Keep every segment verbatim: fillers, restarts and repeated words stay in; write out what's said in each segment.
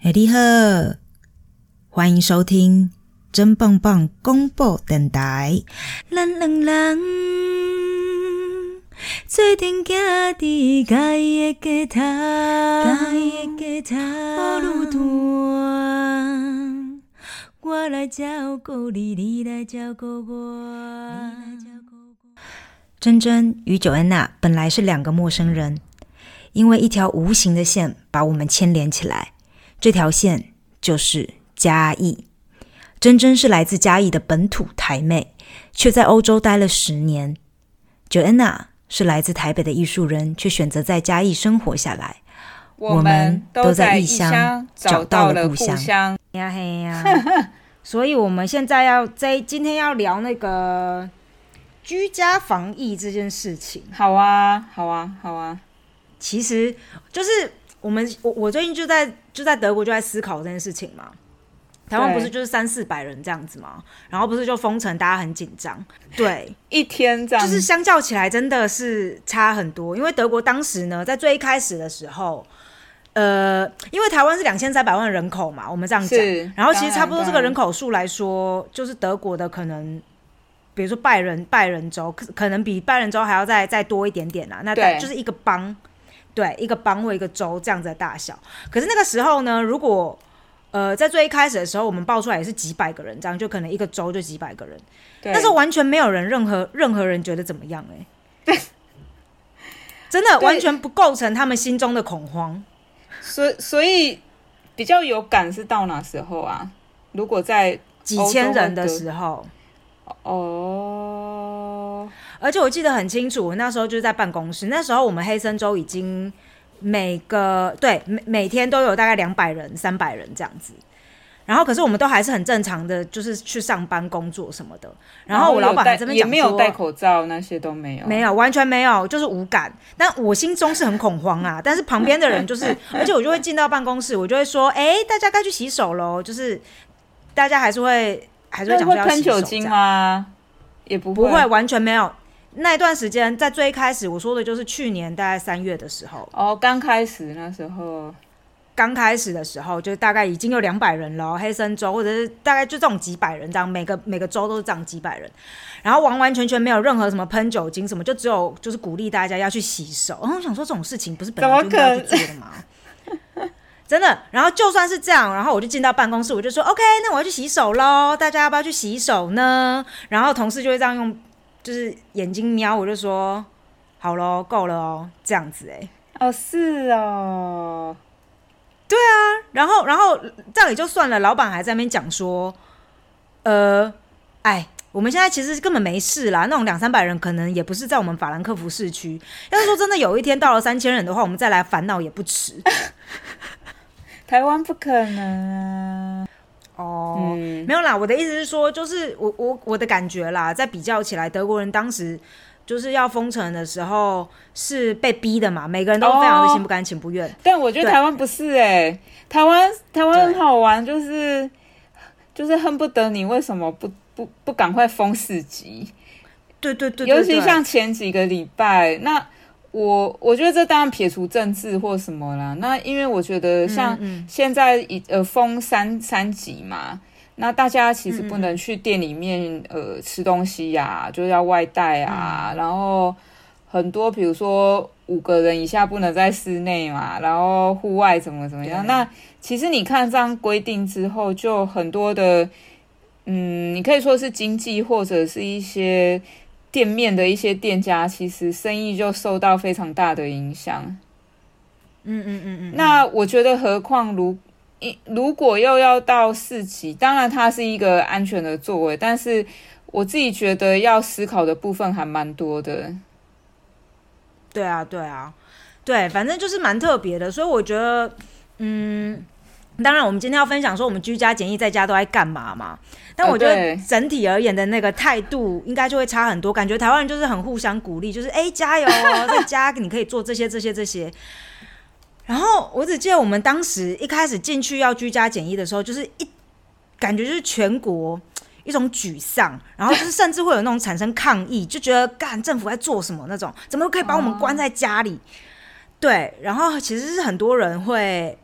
哎，你好，欢迎收听真棒棒广播电台。咱两人做阵行伫家己的家头，家己的家头，路段，我来照顾你，你来照顾我。珍珍与九安娜本来是两个陌生人，因为一条无形的线把我们牵连起来。这条线就是嘉义。珍珍是来自嘉义的本土台妹，却在欧洲待了十年。Joanna 是来自台北的艺术人，却选择在嘉义生活下来。 我们都在异乡找到了故乡。 嘿呀嘿呀，所以我们现在要在今天要聊那个居家防疫这件事情。 好啊，好啊，好啊。 其实就是我们我我最近就在就在德国就在思考这件事情嘛。台湾不是就是三四百人这样子吗？然后不是就封城，大家很紧张。对， 一天这样， 就是相较起来真的是差很多。因为德国当时呢，在最一开始的时候，呃，因为台湾是两千三百万人口嘛，我们这样讲，然后其实差不多这个人口数来说，就是德国的可能。比如说拜仁拜仁州可能比拜仁州还要再再多一点点啦，那就是一个邦，对，一个邦或一个州这样子的大小。可是那个时候呢，如果呃在最一开始的时候，我们报出来也是几百个人，这样就可能一个州就几百个人，那时候完全没有人任何任何人觉得怎么样哎、欸，真的完全不构成他们心中的恐慌。 所所以比较有感是到哪时候啊？如果在几千人的时候。 哦， 而且我记得很清楚，我那时候就是在办公室，那时候我们黑森州已经每个对 每, 每天都有大概两百人、三百人这样子，然后可是我们都还是很正常的，就是去上班、工作什么的。然后我老板还这边讲说， 也没有戴口罩，那些都没有， 没有，完全没有，就是无感。但我心中是很恐慌啊，但是旁边的人就是，而且我就会进到办公室，我就会说，哎、欸，大家该去洗手咯，就是大家还是会。还是会讲说要洗手， 会喷酒精吗？也不会， 不会，完全没有。那一段时间，在最开始我说的就是去年大概三月的时候， 哦，刚开始那时候， 刚开始的时候，就大概已经有两百人了，黑森州或者是大概就这种几百人这样，每个每个州都是这样几百人，然后完完全全没有任何什么喷酒精什么，就只有就是鼓励大家要去洗手。然后我想说这种事情不是本来就应该要去做的吗？真的，然后就算是这样，然后我就进到办公室，我就说 OK， 那我要去洗手咯，大家要不要去洗手呢？然后同事就会这样用，就是眼睛瞄，我就说好咯，够了哦，这样子哎、 欸。哦，是哦， 对啊，然后然后这样也就算了，老板还在那边讲说，呃，哎。我们现在其实根本没事啦，那种两三百人可能也不是在我们法兰克福市区。要是说真的有一天到了三千人的话，我们再来烦恼也不迟。 台湾不可能啊！ 哦、嗯，没有啦，我的意思是说，就是我我我的感觉啦，在比较起来，德国人当时就是要封城的时候是被逼的嘛，每个人都非常的心不甘情不愿。哦、 但我觉得台湾不是哎、欸，台湾台湾很好玩，就是就是恨不得你为什么不。不不赶快封四级， 对对 对, 对, 对， 尤其像前几个礼拜，那我我觉得这当然撇除政治或什么啦。那因为我觉得像现在嗯嗯呃封三三级嘛，那大家其实不能去店里面呃吃东西呀、啊，就是要外带啊，嗯、然后很多比如说五个人以下不能在室内嘛，然后户外怎么怎么样。那其实你看这样规定之后，就很多的。嗯，你可以说是经济或者是一些店面的一些店家，其实生意就受到非常大的影响。 嗯嗯嗯嗯。 那我觉得，何况如如果又要到四级，当然它是一个安全的作为，但是我自己觉得要思考的部分还蛮多的。 对啊，对啊，对，反正就是蛮特别的，所以我觉得，嗯。当然我们今天要分享说我们居家检疫在家都在干嘛嘛，但我觉得整体而言的那个态度应该就会差很多，感觉台湾人就是很互相鼓励，就是哎、欸、加油哦，在家你可以做这些这些这些。然后我只记得我们当时一开始进去要居家检疫的时候，就是一感觉就是全国一种沮丧，然后就是甚至会有那种产生抗议，就觉得干政府在做什么那种，怎么可以把我们关在家里？对，然后其实是很多人会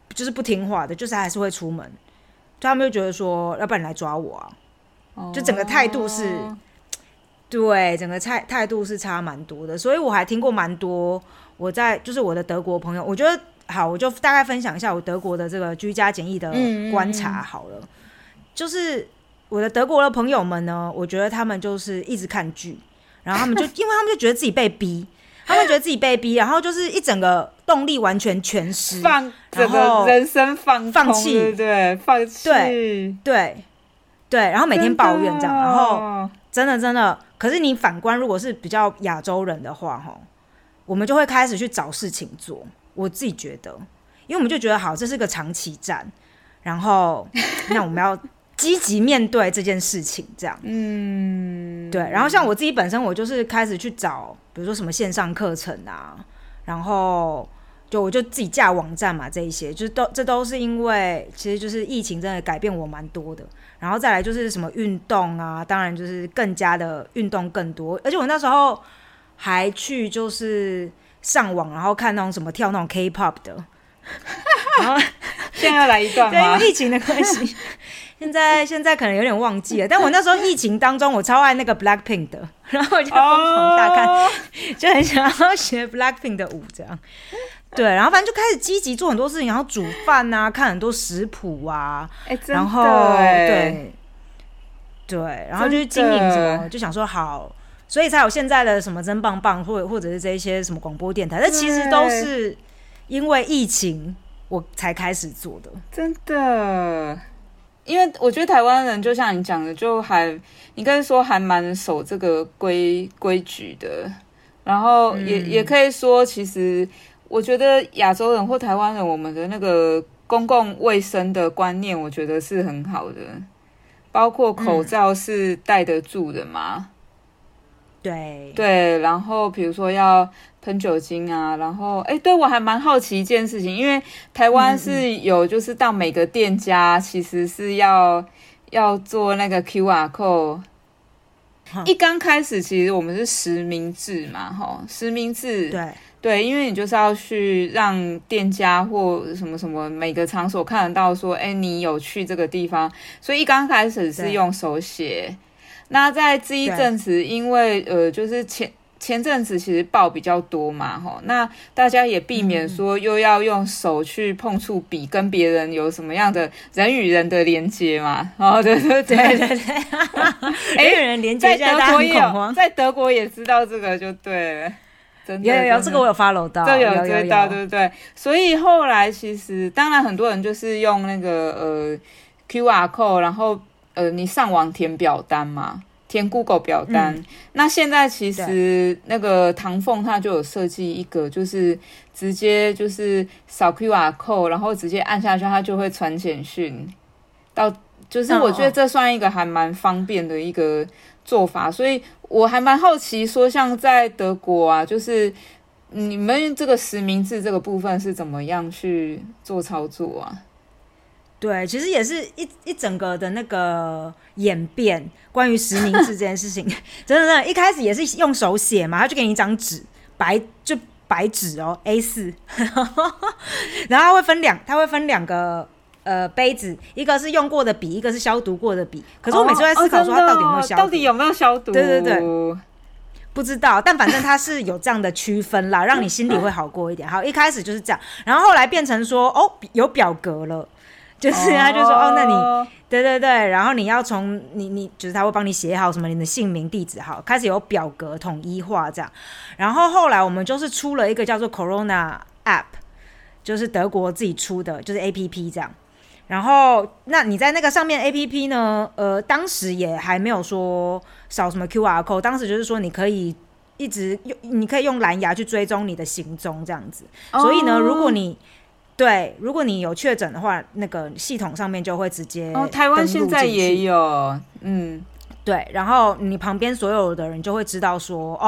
就是不听话的，就是还是会出门，就他们就觉得说，要不然你来抓我啊，哦、就整个态度是，对，整个态态度是差蛮多的，所以我还听过蛮多我在就是我的德国朋友，我觉得好，我就大概分享一下我德国的这个居家检疫的观察好了，嗯嗯嗯就是我的德国的朋友们呢，我觉得他们就是一直看剧，然后他们就因为他们就觉得自己被逼。他们觉得自己被逼，然后就是一整个动力完全全失， 放整个人生放放弃， 对不对？放弃， 对对对，然后每天抱怨这样，然后真的真的，可是你反观，如果是比较亚洲人的话，哈，我们就会开始去找事情做。我自己觉得，因为我们就觉得好，这是个长期战，然后那我们要积极面对这件事情，这样，嗯，对。然后像我自己本身，我就是开始去找。比如说什么线上课程啊，然后就我就自己架网站嘛，这一些就是都这都是因为其实就是疫情真的改变我蛮多的，然后再来就是什么运动啊，当然就是更加的运动更多，而且我那时候还去就是上网，然后看那种什么跳那种 K-pop 的，然后现在要来一段吗？ 对，因为疫情的关系。现在现在可能有点忘记了，但我那时候疫情当中，我超爱那个 Blackpink 的，然后我就疯狂大看， oh. 就很想要学 Blackpink 的舞这样。对，然后反正就开始积极做很多事情，然后煮饭啊，看很多食谱啊， 欸、 然后对对，然后就是经营什么，就想说好，所以才有现在的什么真棒棒，或者或者是这一些什么广播电台，这其实都是因为疫情我才开始做的， 真的。因为我觉得台湾人就像你讲的，就还你可以说还蛮守这个规规矩的，然后也、嗯、也可以说，其实我觉得亚洲人或台湾人，我们的那个公共卫生的观念，我觉得是很好的，包括口罩是戴得住的嘛。嗯对对，然后比如说要喷酒精啊，然后哎，对我还蛮好奇一件事情，因为台湾是有就是到每个店家其实是要要做那个 Q R code，、嗯、一刚开始其实我们是实名制嘛，哈，实名制， 对对，因为你就是要去让店家或什么什么每个场所看得到说，哎，你有去这个地方，所以一刚开始是用手写。那在这一阵子，因为呃，就是前前阵子其实报比较多嘛，齁，那大家也避免说又要用手去碰触笔，跟别人有什么样的人与人的连接嘛，哦，对对对对对， 人与人连接，在德国也有， 在德国也知道这个就对了。真的有有有，这个我有 follow 到， 这有追到，对不对？所以后来其实，当然很多人就是用那个呃 Q R code， 然后。呃，你上网填表单嘛，填 Google 表单。嗯、那现在其实那个唐凤它就有设计一个，就是直接就是扫 Q R code， 然后直接按下去，它就会传简讯到。就是我觉得这算一个还蛮方便的一个做法，哦、所以我还蛮好奇说，像在德国啊，就是你们这个实名制这个部分是怎么样去做操作啊？ 对，其实也是一一整个的那个演变，关于实名制这件事情，真的真的，一开始也是用手写嘛，他就给你一张纸，白就白纸哦 A 四， 然后他会分两，他会分两个呃杯子，一个是用过的笔，一个是消毒过的笔。可是我每次都在思考说，他到底有没有消毒？ 到底有没有消毒？ 对对对，不知道，但反正它是有这样的区分啦，让你心里会好过一点。好，一开始就是这样，然后后来变成说，哦，有表格了。就是他就说 哦, 哦，那你对对对，然后你要从你你就是他会帮你写好什么你的姓名地址好，开始有表格统一化这样，然后后来我们就是出了一个叫做 Corona App， 就是德国自己出的，就是 A P P 这样。然后那你在那个上面 A P P 呢，呃，当时也还没有说扫什么 Q R code， 当时就是说你可以一直用，你可以用蓝牙去追踪你的行踪这样子。哦、所以呢，如果你对，如果你有确诊的话，那个系统上面就会直接登录进去。哦， 台湾现在也有，嗯， 对，然后你旁边所有的人就会知道说，哦，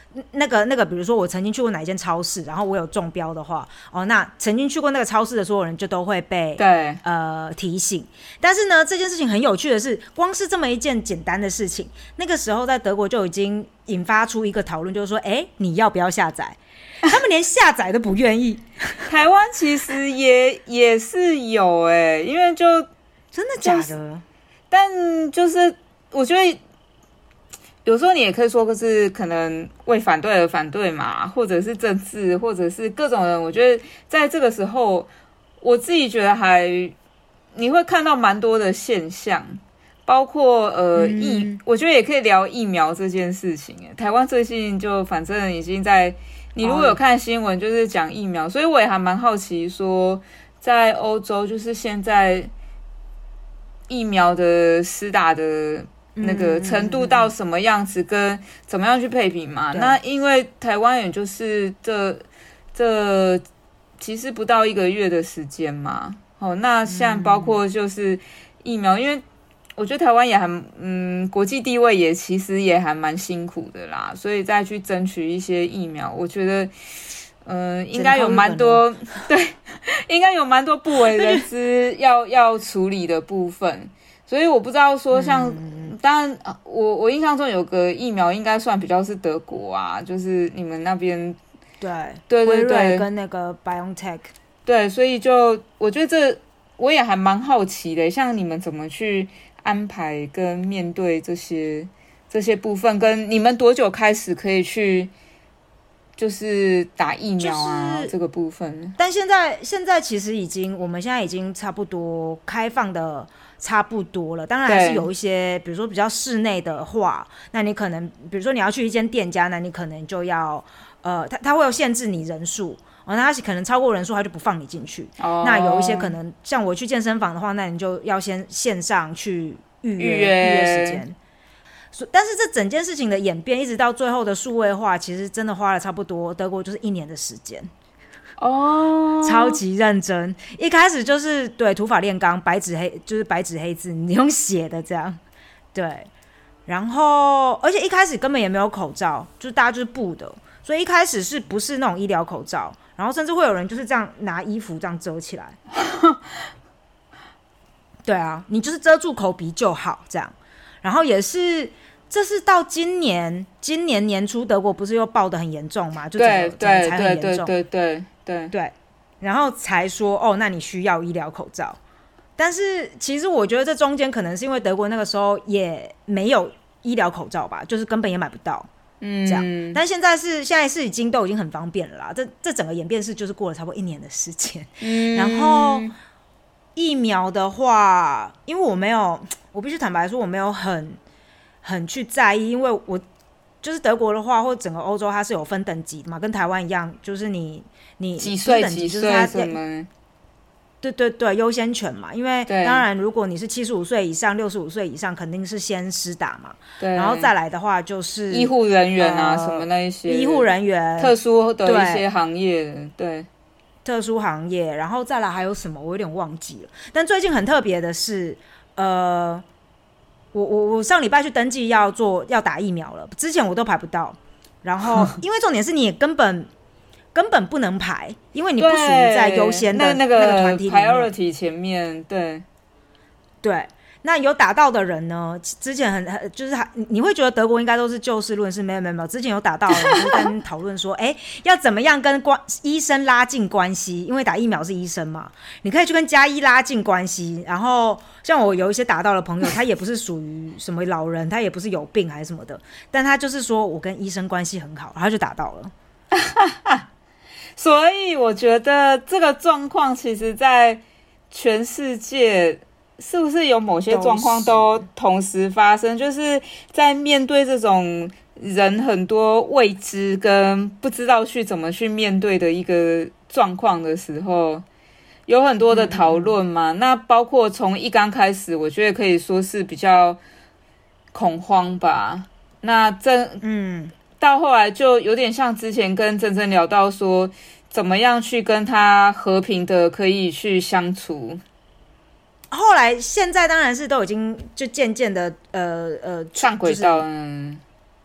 那个那个，比如说我曾经去过哪一间超市，然后我有中标的话，哦，那曾经去过那个超市的所有人就都会被对呃提醒。但是呢，这件事情很有趣的是，光是这么一件简单的事情，那个时候在德国就已经引发出一个讨论，就是说，哎，你要不要下载？他们连下载都不愿意。 台湾其实也也是有哎、欸，因为就真的假的？ 但就是我觉得。有时候你也可以说，是可能为反对而反对嘛，或者是政治，或者是各种人。我觉得在这个时候，我自己觉得还你会看到蛮多的现象，包括呃疫、嗯，我觉得也可以聊疫苗这件事情。台湾最近就反正已经在，你如果有看新闻，就是讲疫苗，所以我也还蛮好奇说，在欧洲就是现在疫苗的施打的。那个程度到什么样子，跟怎么样去配比嘛？那因为台湾也就是这这其实不到一个月的时间嘛。哦，那像包括就是疫苗，嗯、因为我觉得台湾也还嗯国际地位也其实也还蛮辛苦的啦，所以再去争取一些疫苗，我觉得嗯、呃、应该有蛮多对，应该有蛮多不为人知要要处理的部分。所以我不知道说像，嗯、当然我我印象中有个疫苗应该算比较是德国啊，就是你们那边对对对对， 跟那个 BioNTech 对，所以就我觉得这我也还蛮好奇的，像你们怎么去安排跟面对这些这些部分，跟你们多久开始可以去就是打疫苗啊、就是、这个部分？ 但现在现在其实已经我们现在已经差不多开放的。差不多了，当然还是有一些，比如说比较室内的话，那你可能，比如说你要去一间店家，那你可能就要，呃，他他会有限制你人数，哦，那他可能超过人数，他就不放你进去。哦。那有一些可能，像我去健身房的话，那你就要先线上去预约预约时间。但是这整件事情的演变，一直到最后的数位化，其实真的花了差不多德国就是一年的时间。哦、oh ，超级认真。一开始就是对土法炼钢，白纸黑就是白纸黑字，你用写的这样，对。然后，而且一开始根本也没有口罩，就是大家就是布的，所以一开始是不是那种医疗口罩？然后甚至会有人就是这样拿衣服这样遮起来。对啊，你就是遮住口鼻就好这样。然后也是。这是到今年，今年年初德国不是又爆得很严重嘛？就整个整个才很严重， 对对对对对，然后才说哦，那你需要医疗口罩。但是其实我觉得这中间可能是因为德国那个时候也没有医疗口罩吧，就是根本也买不到，嗯，这样。但现在是现在是已经都已经很方便了啦。这这整个演变是就是过了差不多一年的时间，嗯，然后疫苗的话，因为我没有，我必须坦白说我没有很。很去在意，因为我就是德国的话，或整个欧洲它是有分等级的嘛，跟台湾一样，就是你你几岁几岁什么？ 对对对，优先权嘛。因为当然，如果你是七十五岁以上、六十五岁以上，肯定是先施打嘛。对，然后再来的话就是医护人员啊、呃，什么那一些医护人员、 特殊的一些行业，对， 特殊行业，然后再来还有什么？我有点忘记了。但最近很特别的是，呃。我我我上礼拜去登记要做要打疫苗了，之前我都排不到，然后因为重点是你也根本根本不能排，因为你不属于在优先的那个团体里面 priority 前面，对对。那有打到的人呢？之前很就是你会觉得德国应该都是就事论事，没有没有没有。之前有打到的人就跟讨论说，哎、欸，要怎么样跟关医生拉近关系？因为打疫苗是医生嘛，你可以去跟家医拉近关系。然后像我有一些打到的朋友，他也不是属于什么老人，他也不是有病还是什么的，但他就是说我跟医生关系很好，然后就打到了。 所以我觉得这个状况，其实在全世界。是不是有某些状况都同时发生？就是在面对这种人很多未知跟不知道去怎么去面对的一个状况的时候，有很多的讨论嘛。嗯、那包括从一刚开始，我觉得可以说是比较恐慌吧。那这嗯，到后来就有点像之前跟珍珍聊到说，怎么样去跟他和平的可以去相处。 后来现在当然是都已经就渐渐的呃呃上轨道，嗯，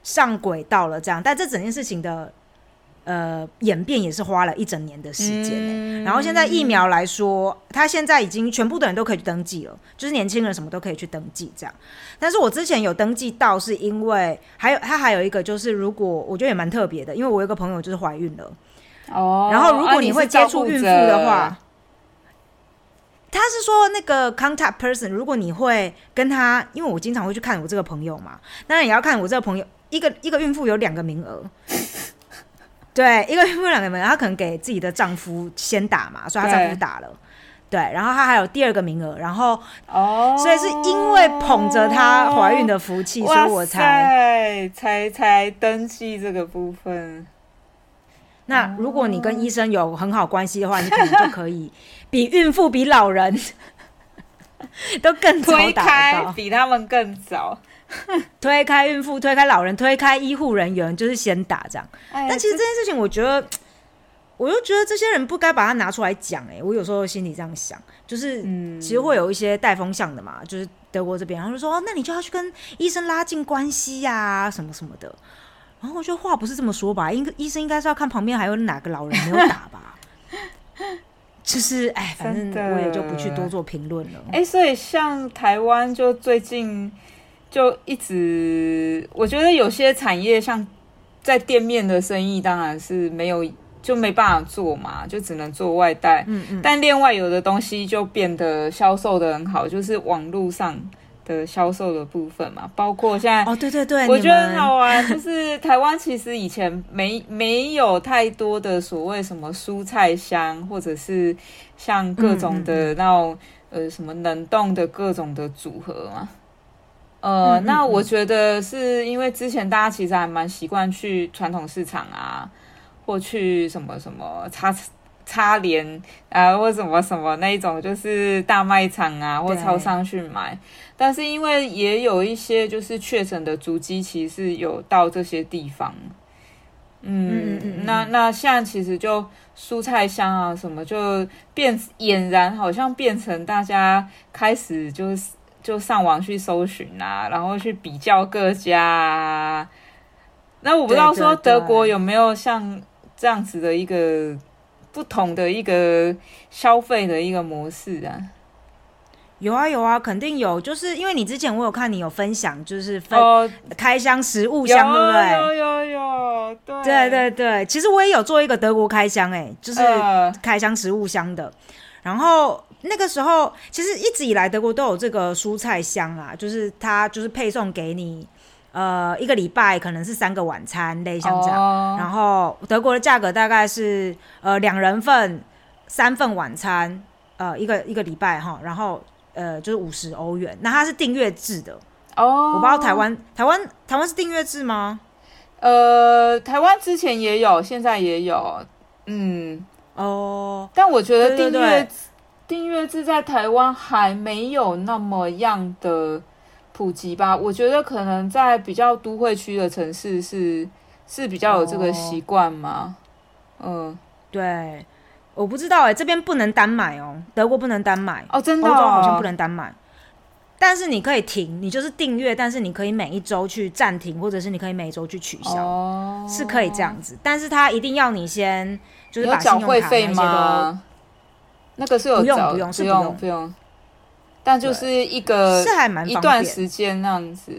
上轨道了这样，但这整件事情的呃演变也是花了一整年的时间、欸嗯、然后现在疫苗来说，它现在已经全部的人都可以去登记了，就是年轻人什么都可以去登记这样。但是我之前有登记到，是因为还有它还有一个就是，如果我觉得也蛮特别的，因为我有一个朋友就是怀孕了哦，然后如果你会接触孕妇的话。啊他是说那个 contact person， 如果你会跟他，因为我经常会去看我这个朋友嘛，当然也要看我这个朋友，一个一个孕妇有两个名额，对，一个孕妇有两个名额，她可能给自己的丈夫先打嘛，所以她丈夫打了，对，然后她还有第二个名额，然后哦，所以是因为捧着她怀孕的福气，所以我才才才登记这个部分。 那如果你跟医生有很好关系的话，你可能就可以比孕妇、比老人都更早打得到， 比他们更早推开孕妇、推开老人、推开医护人员，就是先打这样。哎、但其实这件事情，我觉得，我就觉得这些人不该把它拿出来讲。哎、欸，我有时候心里这样想，就是其实会有一些带风向的嘛，就是德国这边，然后就说、哦，那你就要去跟医生拉近关系呀、啊，什么什么的。然后我觉得话不是这么说吧，应医生应该是要看旁边还有哪个老人没有打吧。就是哎，反正我也就不去多做评论了。 哎，所以像台湾就最近就一直，我觉得有些产业像在店面的生意，当然是没有就没办法做嘛，就只能做外带。嗯嗯。但另外有的东西就变得销售的很好，就是网络上的销售的部分嘛，包括现在哦，对对对， 我觉得很好玩，就是台湾其实以前没没有太多的所谓什么蔬菜箱，或者是像各种的那种、嗯嗯、呃什么冷冻的各种的组合嘛。呃，嗯嗯嗯那我觉得是因为之前大家其实还蛮习惯去传统市场啊，或去什么什么叉叉联啊，或什么什么那一种，就是大卖场啊或超商去买。但是因为也有一些就是确诊的足迹，其实有到这些地方。嗯，嗯嗯嗯那那现在其实就蔬菜箱啊什么，就变俨然好像变成大家开始就是就上网去搜寻啊，然后去比较各家啊。那我不知道说德国有没有像这样子的一个不同的一个消费的一个模式啊？ 有啊有啊，肯定有，就是因为你之前我有看你有分享，就是分、哦、开箱食物箱，对不对？ 有有有，对对对对，其实我也有做一个德国开箱、欸，哎，就是开箱食物箱的。呃、然后那个时候，其实一直以来德国都有这个蔬菜箱啊，就是它就是配送给你，呃，一个礼拜可能是三个晚餐类像这样。哦、然后德国的价格大概是呃两人份三份晚餐，呃一个一个礼拜哈，然后。呃，就是五十欧元，那它是订阅制的哦。Oh. 我不知道台湾台湾台湾是订阅制吗？ 呃，台湾之前也有，现在也有，嗯，哦。Oh. 但我觉得订阅订阅制在台湾还没有那么样的普及吧。我觉得可能在比较都会区的城市是是比较有这个习惯嘛。 Oh. 嗯，对。我不知道哎、欸，这边不能单买哦，德国不能单买哦，真的、哦， 欧洲好像不能单买，但是你可以停，你就是订阅，但是你可以每一周去暂停，或者是你可以每周去取消，哦、是可以这样子，但是他一定要你先就是把信用卡那些都， 那个是有不用不用是不用不用，但就是一个是还蛮一段时间那样子，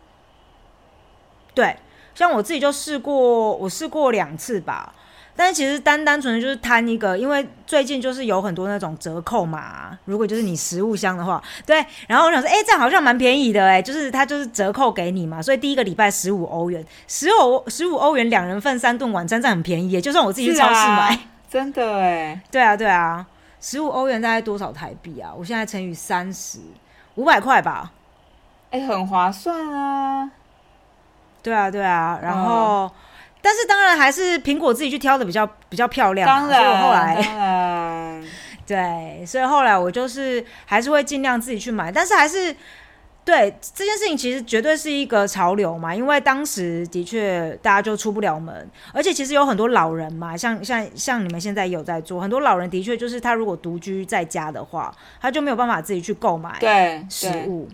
对，像我自己就试过，我试过两次吧。但是其实单单纯的就是摊一个，因为最近就是有很多那种折扣嘛，如果就是你食物箱的话，对，然后我想说，哎、欸，这样好像蛮便宜的、欸，哎，就是它就是折扣给你嘛，所以第一个礼拜十五欧元，十五十五欧元两人份三顿晚餐，这样很便宜耶，就算我自己去超市买，啊、 真的哎， 对啊对啊，十五欧元大概多少台币啊？我现在乘以三十，五百块吧， 哎、欸，很划算啊， 对啊对啊，然后。嗯但是当然还是苹果自己去挑的比较比较漂亮、啊， 当然， 所以我后来当然对，所以后来我就是还是会尽量自己去买，但是还是对这件事情其实绝对是一个潮流嘛，因为当时的确大家就出不了门，而且其实有很多老人嘛，像像像你们现在也有在做，很多老人的确就是他如果独居在家的话，他就没有办法自己去购买食物。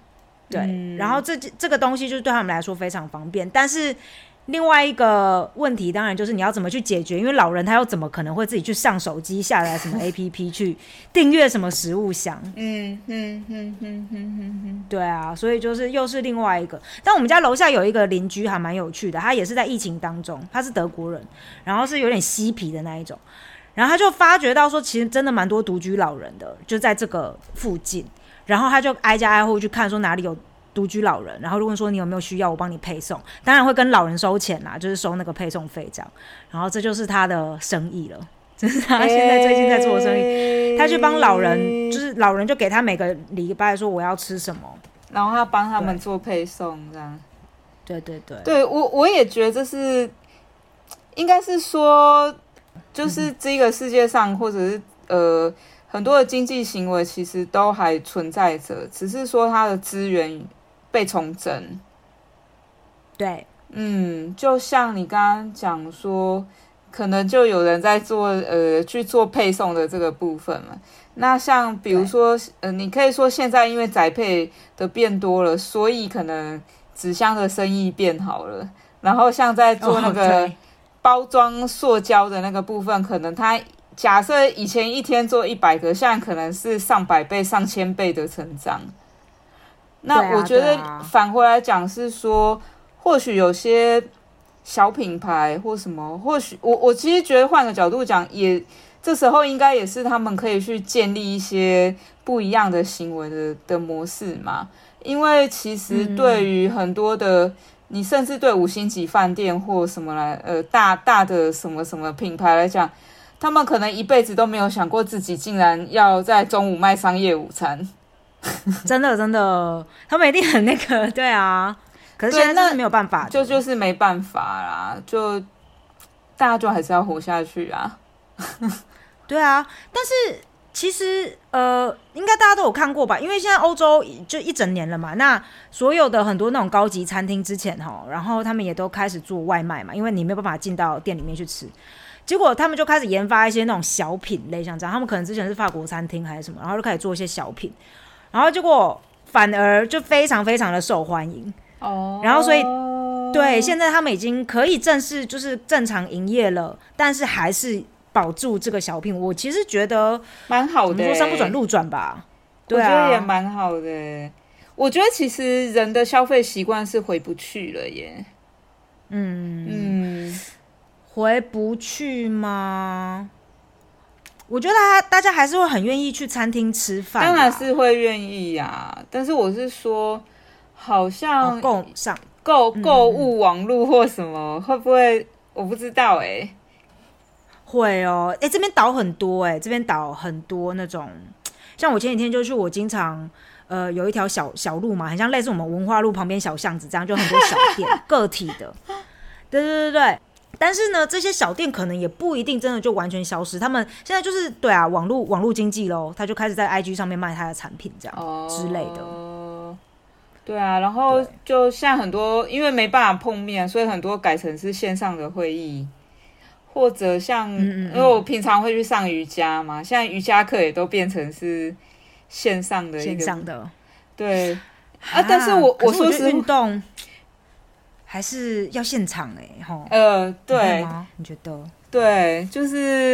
对， 嗯、 然后这这个东西就是对他们来说非常方便，但是另外一个问题当然就是你要怎么去解决，因为老人他又怎么可能会自己去上手机下载什么 A P P 去订阅什么食物箱？ 嗯嗯嗯嗯嗯嗯， 对啊，所以就是又是另外一个。但我们家楼下有一个邻居还蛮有趣的，他也是在疫情当中，他是德国人，然后是有点嬉皮的那一种，然后他就发觉到说，其实真的蛮多独居老人的，就在这个附近，然后他就挨家挨户去看说哪里有独居老人，然后就问说你有没有需要我帮你配送，当然会跟老人收钱啦，就是收那个配送费这样，然后这就是他的生意了，这是他现在最近在做的生意，欸、他去帮老人，就是老人就给他每个礼拜说我要吃什么， 然后他帮他们做配送这样。 对对对， 对我我也觉得这是应该是说，就是这个世界上或者是呃很多的经济行为其实都还存在着，只是说它的资源被重整。 对， 嗯，就像你刚刚讲说，可能就有人在做呃去做配送的这个部分嘛。那像比如说，呃，你可以说现在因为宅配的变多了，所以可能纸箱的生意变好了。然后像在做那个包装塑胶的那个部分，可能它假设以前一天做一百个，现在可能是上百倍、上千倍的成长。那我觉得反回来讲是说，或许有些小品牌或什么，或许我我其实觉得换个角度讲，也这时候应该也是他们可以去建立一些不一样的行为的的模式嘛。因为其实对于很多的、嗯、你甚至对五星级饭店或什么来呃大大的什么什么品牌来讲，他们可能一辈子都没有想过自己竟然要在中午卖商业午餐。 真的真的，他们一定很那个，对啊。可是现在就是没有办法， 就就是没办法啦，就大家就还是要活下去啊。 对啊，但是其实呃，应该大家都有看过吧？因为现在欧洲就一整年了嘛，那所有的很多那种高级餐厅之前齁，然后他们也都开始做外卖嘛，因为你没有办法进到店里面去吃。结果他们就开始研发一些那种小品类，像这样，他们可能之前是法国餐厅还是什么，然后就开始做一些小品，然后结果反而就非常非常的受欢迎哦。然后所以对，现在他们已经可以正式就是正常营业了，但是还是保住这个小品。我其实觉得蛮好的、欸， 怎么说山不转路转吧？对啊， 我觉得也蛮好的、欸。我觉得其实人的消费习惯是回不去了耶。嗯嗯。回不去吗？我觉得大家大家还是会很愿意去餐厅吃饭， 当然是会愿意啊。但是我是说，好像购、哦、上购购物网络或什么、嗯、会不会？我不知道哎、欸。 会哦，哎、欸，这边岛很多哎、欸，这边岛很多那种，像我前几天就去，我经常呃有一条小小路嘛，很像类似我们文化路旁边小巷子这样，就很多小店个体的，对对对对。但是呢，这些小店可能也不一定真的就完全消失。他们现在就是对啊，网络网络经济咯，他就开始在 I G 上面卖他的产品这样、哦、之类的。 对啊，然后就像很多因为没办法碰面，所以很多改成是线上的会议，或者像嗯嗯嗯因为我平常会去上瑜伽嘛，现在瑜伽课也都变成是线上的一个线上的。 对啊，但是我我说是运动。还是要现场哎、欸，吼， 呃，对你吗？你觉得？ 对，就是，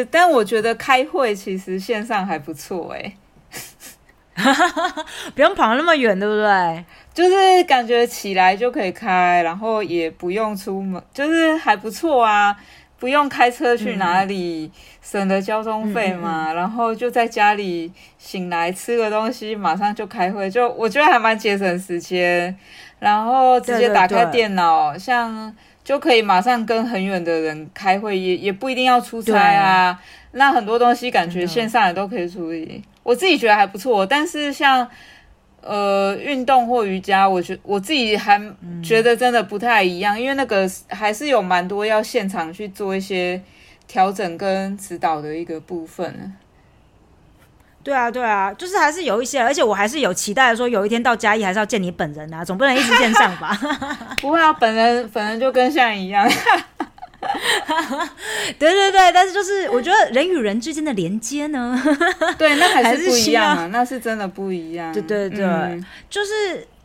但我觉得开会其实线上还不错哎、 欸，不用跑那么远，对不对？ 就是感觉起来就可以开，然后也不用出门，就是还不错啊，不用开车去哪里，嗯、省了交通费嘛、嗯嗯嗯，然后就在家里醒来吃个东西，马上就开会，就我觉得还蛮节省时间。然后直接打开电脑，对对对，像就可以马上跟很远的人开会，也也不一定要出差啊。那很多东西感觉线上也都可以处理，我自己觉得还不错。但是像呃运动或瑜伽，我觉我自己还觉得真的不太一样、嗯，因为那个还是有蛮多要现场去做一些调整跟指导的一个部分。 对啊，对啊，就是还是有一些，而且我还是有期待说，有一天到嘉义还是要见你本人啊，总不能一直线上吧？ 不会啊，本人本人就跟现在一样。 对对对，但是就是我觉得人与人之间的连接呢， 对，那还是不一样啊，那是真的不一样。 对对对，嗯、就是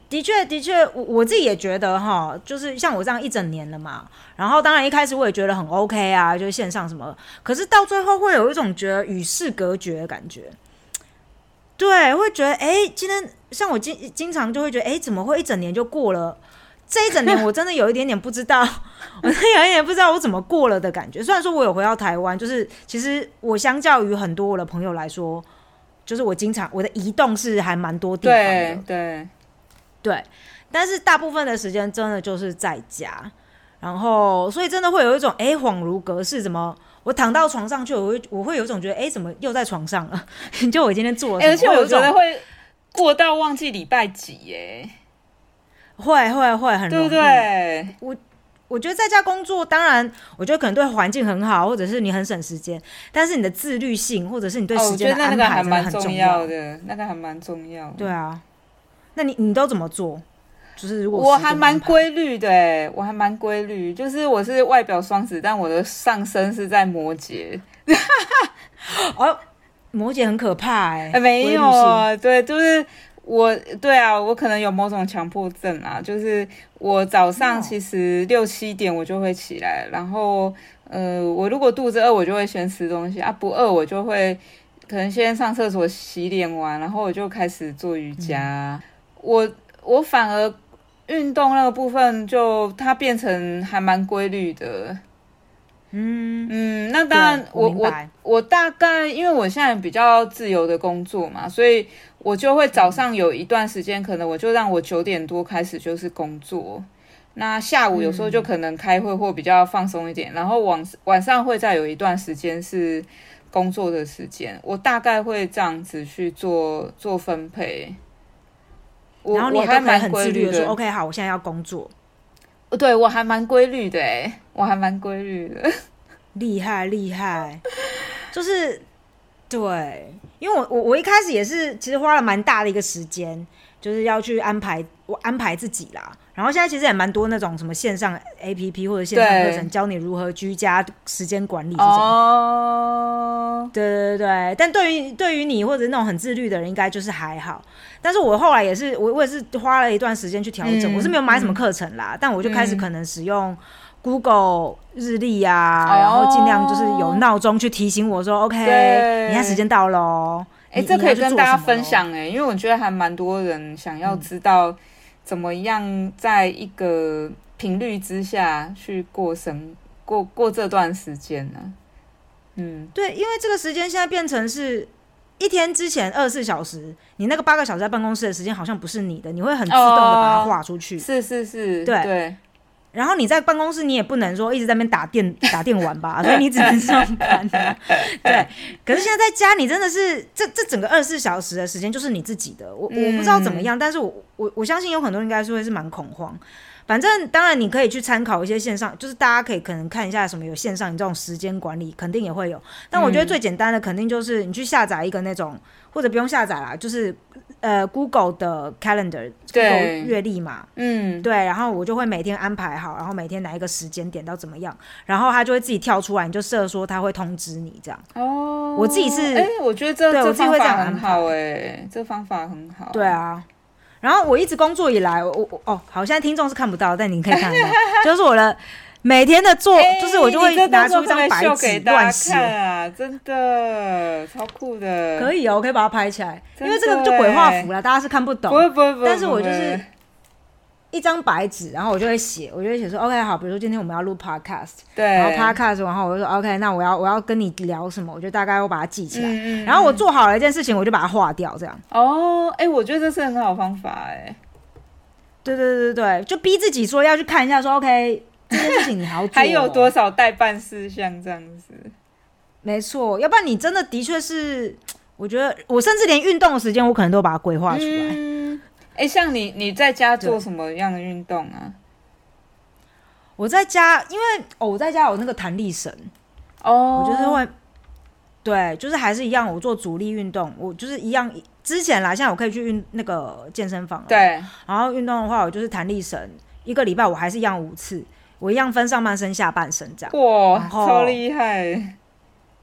的确，的确，我我自己也觉得哈，就是像我这样一整年了嘛，然后当然一开始我也觉得很 OK 啊，就是线上什么，可是到最后会有一种觉得与世隔绝的感觉。对，会觉得哎、欸，今天像我经经常就会觉得哎、欸，怎么会一整年就过了？这一整年我真的有一点点不知道，我真的有一点不知道我怎么过了的感觉。虽然说我有回到台湾，就是其实我相较于很多我的朋友来说，就是我经常我的移动是还蛮多地方的， 对对对，但是大部分的时间真的就是在家，然后所以真的会有一种哎恍如隔世，怎么？我躺到床上去，我会我会有一种觉得，哎、欸，怎么又在床上了？就我今天做了什么、 欸，而且我觉得会过到忘记礼拜几耶， 会会会很容易， 对不对？ 我我觉得在家工作，当然我觉得可能对环境很好，或者是你很省时间，但是你的自律性，或者是你对时间的安排真的很重要的，那个还蛮重要的。 对啊，那你你都怎么做？就是如果我还蛮规律的哎，我还蛮规律，就是我是外表双子，但我的上升是在摩羯。 哦，摩羯很可怕哎、 欸，没有啊，对，就是我，对啊，我可能有某种强迫症啊，就是我早上其实六七点我就会起来，然后呃，我如果肚子饿，我就会先吃东西啊，不饿我就会可能先上厕所洗脸完，然后我就开始做瑜伽。嗯、我我反而。运动那个部分就它变成还蛮规律的，嗯嗯，那当然我我 我, 我大概因为我现在比较自由的工作嘛，所以我就会早上有一段时间，可能我就让我九点多开始就是工作，那下午有时候就可能开会或比较放松一点，嗯、然后晚晚上会再有一段时间是工作的时间，我大概会这样子去做做分配。 然后你也都可以很自律的说 OK 好我现在要工作， 对，我还蛮规律的耶，我还蛮规律的， 厉害厉害，就是对，因为我我我一开始也是其实花了蛮大的一个时间，就是要去安排我安排自己啦，然后现在其实也蛮多那种什么线上 A P P 或者线上课程教你如何居家时间管理这种，哦，对对对，但对于对于你或者那种很自律的人应该就是还好，但是我后来也是我我也是花了一段时间去调整、嗯、我是没有买什么课程啦、嗯、但我就开始可能使用 Google 日历啊、嗯、然后尽量就是有闹钟去提醒我说 OK 你看时间到咯， 哎、欸，这可以跟大家分享哎、欸，因为我觉得还蛮多人想要知道怎么样在一个频率之下去过生过过这段时间呢、啊？ 嗯，对，因为这个时间现在变成是一天之前二十四小时，你那个八个小时在办公室的时间好像不是你的，你会很自动的把它划出去。哦、 是是是， 对对。然后你在办公室，你也不能说一直在那边打电打电玩吧，所以你只能上班、啊。对，可是现在在家，你真的是这这整个二十四小时的时间就是你自己的。我、嗯、我不知道怎么样，但是我我我相信有很多人应该是会是蛮恐慌。反正当然你可以去参考一些线上，就是大家可以可能看一下什么有线上你这种时间管理，肯定也会有。但我觉得最简单的肯定就是你去下载一个那种，或者不用下载啦，就是呃 Google 的 Calendar，Google 月历嘛，嗯，对，然后我就会每天安排好，然后每天哪一个时间点到怎么样，然后它就会自己跳出来，你就设说它会通知你这样。哦，我自己是， 哎、欸，我觉得这对这我自己会这样很好哎、欸，这方法很好。 对啊。然后我一直工作以来，我我哦，好，现在听众是看不到，但你可以看得到，就是我的每天的做，欸、就是我就会拿出一张白纸乱写啊，真的超酷的， 可以哦，我可以把它拍起来，因为这个就鬼画符了，大家是看不懂， 不会不会不会， 但是我就是一张白纸，然后我就会写，我就会写说 OK 好，比如说今天我们要录 podcast， 对，然后 podcast， 然后我就说 OK， 那我要我要跟你聊什么，我就大概会把它记起来，嗯嗯，然后我做好了一件事情，我就把它划掉，这样。 哦，哎、欸，我觉得这是很好的方法，哎， 对对对对，就逼自己说要去看一下说 OK 这件事情你还要做、哦， 还有多少待办事项这样子。 没错，要不然你真的的确是，我觉得我甚至连运动的时间我可能都把它规划出来。嗯哎、欸，像你，你在家做什么样的运动啊？ 我在家，因为哦，我在家有那个弹力绳，哦，我就是会，对，就是还是一样，我做阻力运动，我就是一样，之前啦，现在我可以去运那个健身房了， 对， 然后运动的话，我就是弹力绳，一个礼拜我还是一样五次，我一样分上半身、下半身这样， 哇，超厉害！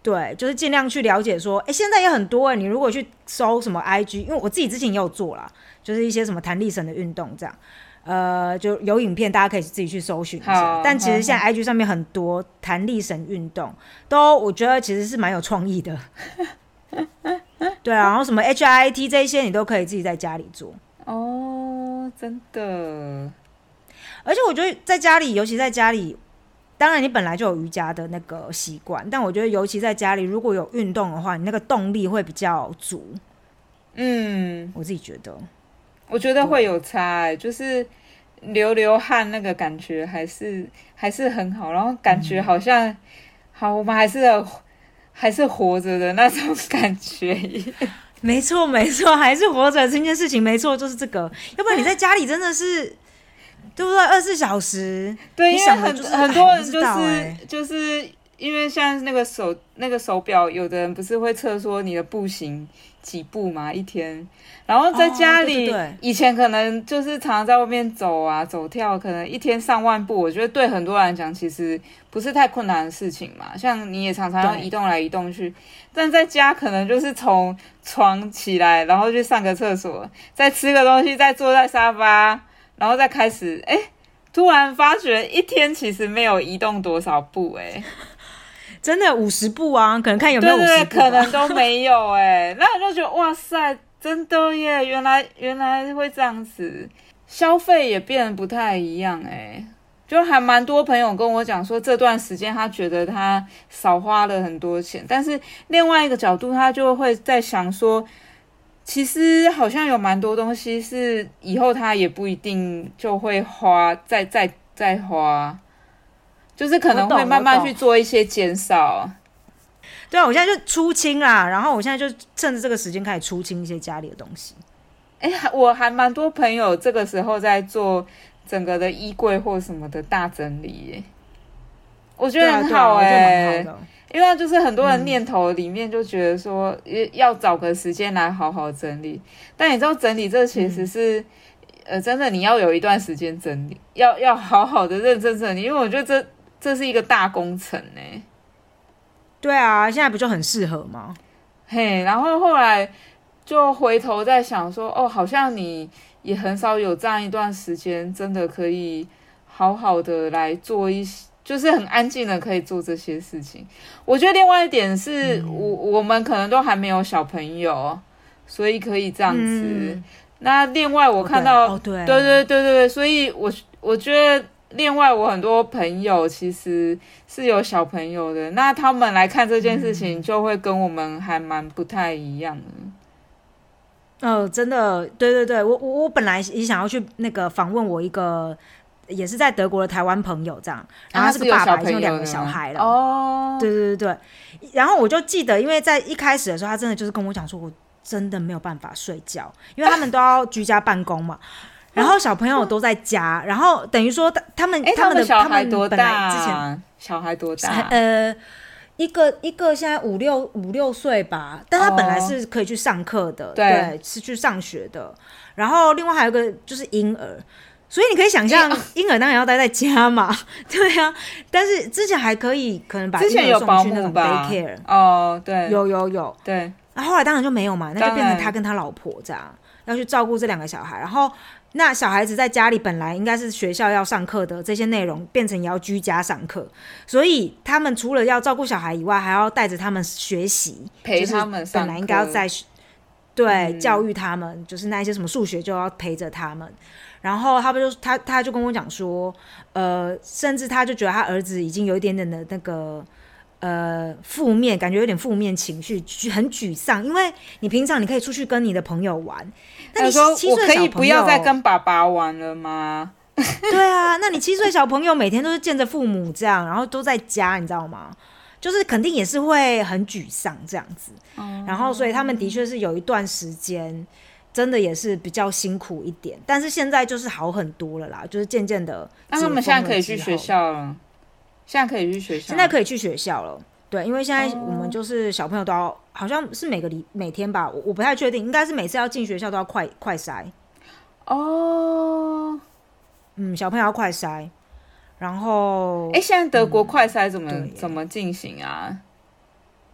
对，就是尽量去了解说，哎，现在也很多哎，你如果去搜什么 I G， 因为我自己之前也有做啦，就是一些什么弹力绳的运动这样，呃，就有影片大家可以自己去搜寻一下。但其实现在 I G 上面很多弹力绳运动，都我觉得其实是蛮有创意的。对啊，然后什么 H I I T 这些你都可以自己在家里做。 哦，真的。 而且我觉得在家里，尤其在家里。当然，你本来就有瑜伽的那个习惯，但我觉得尤其在家里，如果有运动的话，你那个动力会比较足。嗯，我自己觉得， 我觉得会有差、欸，就是流流汗那个感觉还是还是很好，然后感觉好像、嗯、好，我们还是还是活着的那种感觉。 没错，没错，还是活着这件事情，没错，就是这个。要不然你在家里真的是。对不对？二十四小时， 对，因为很很多人就是、欸、就是因为像那个手那个手表，有的人不是会测说你的步行几步嘛一天，然后在家里、哦、对对对以前可能就是常常在外面走啊走跳，可能一天上万步，我觉得对很多人来讲其实不是太困难的事情嘛。像你也常常要移动来移动去，但在家可能就是从床起来，然后去上个厕所，再吃个东西，再坐在沙发。然后再开始，哎，突然发觉一天其实没有移动多少步，哎， 真的五十步啊，可能看有没有五十步、啊， 对对，可能都没有，哎，那你就觉得哇塞，真的耶，原来原来会这样子，消费也变得不太一样，哎，就还蛮多朋友跟我讲说，这段时间他觉得他少花了很多钱，但是另外一个角度，他就会在想说。其实好像有蛮多东西是以后他也不一定就会花，再再再花，就是可能会慢慢去做一些减少。 对啊，我现在就出清啦，然后我现在就趁着这个时间开始出清一些家里的东西。 哎，我还蛮多朋友这个时候在做整个的衣柜或什么的大整理耶，我觉得很好哎。因为就是很多人念头里面就觉得说要找个时间来好好整理，但你知道整理这其实是、嗯、呃真的你要有一段时间整理，要要好好的认真整理，因为我觉得这这是一个大工程欸。 对啊，现在不就很适合吗？ 嘿，然后后来就回头在想说，哦，好像你也很少有这样一段时间，真的可以好好的来做一些。就是很安静的可以做这些事情。我觉得另外一点是、嗯、我我们可能都还没有小朋友，所以可以这样子、嗯、那另外我看到、 哦、对, 哦、对, 对对对对，所以我我觉得另外我很多朋友其实是有小朋友的，那他们来看这件事情就会跟我们还蛮不太一样的。 哦，真的，对对对，我我我本来也想要去那个访问我一个也是在德国的台湾朋友这样，然后他是个爸爸，已经有两个小孩了。哦，对对对对，然后我就记得，因为在一开始的时候，他真的就是跟我讲说，我真的没有办法睡觉，因为他们都要居家办公嘛，然后小朋友都在家，然后等于说他们他们的小孩多大？ 他们本来之前小孩多大？ 呃，一个一个现在五六五六岁吧，但他本来是可以去上课的，哦、对, 对，是去上学的。然后另外还有一个就是婴儿。所以你可以想象，婴儿当然要待在家嘛，对啊。但是之前还可以，可能把婴儿送去那种 daycare。 哦，对， 有有有， 对。 然后后来当然就没有嘛，那就变成他跟他老婆这样要去照顾这两个小孩。然后那小孩子在家里本来应该是学校要上课的这些内容，变成也要居家上课。所以他们除了要照顾小孩以外，还要带着他们学习， 陪他们上课。 本来应该要在对、嗯、教育他们，就是那一些什么数学就要陪着他们。然后他们就他他就跟我讲说，呃，甚至他就觉得他儿子已经有一点点的那个呃负面，感觉有点负面情绪，很沮丧。因为你平常你可以出去跟你的朋友玩，那你七岁小朋友， 我可以不要再跟爸爸玩了吗？ 对啊，那你七岁小朋友每天都是见着父母这样，然后都在家，你知道吗？就是肯定也是会很沮丧这样子。嗯、然后所以他们的确是有一段时间。真的也是比较辛苦一点，但是现在就是好很多了啦，就是渐渐的。 那他们现在可以去学校了，现在可以去学校， 现在可以去学校了。对，因为现在我们就是小朋友都要，好像是每个礼每天吧，我我不太确定，应该是每次要进学校都要快快筛。哦，嗯，小朋友要快筛，然后， 哎，现在德国快筛怎么、嗯、怎么进行啊？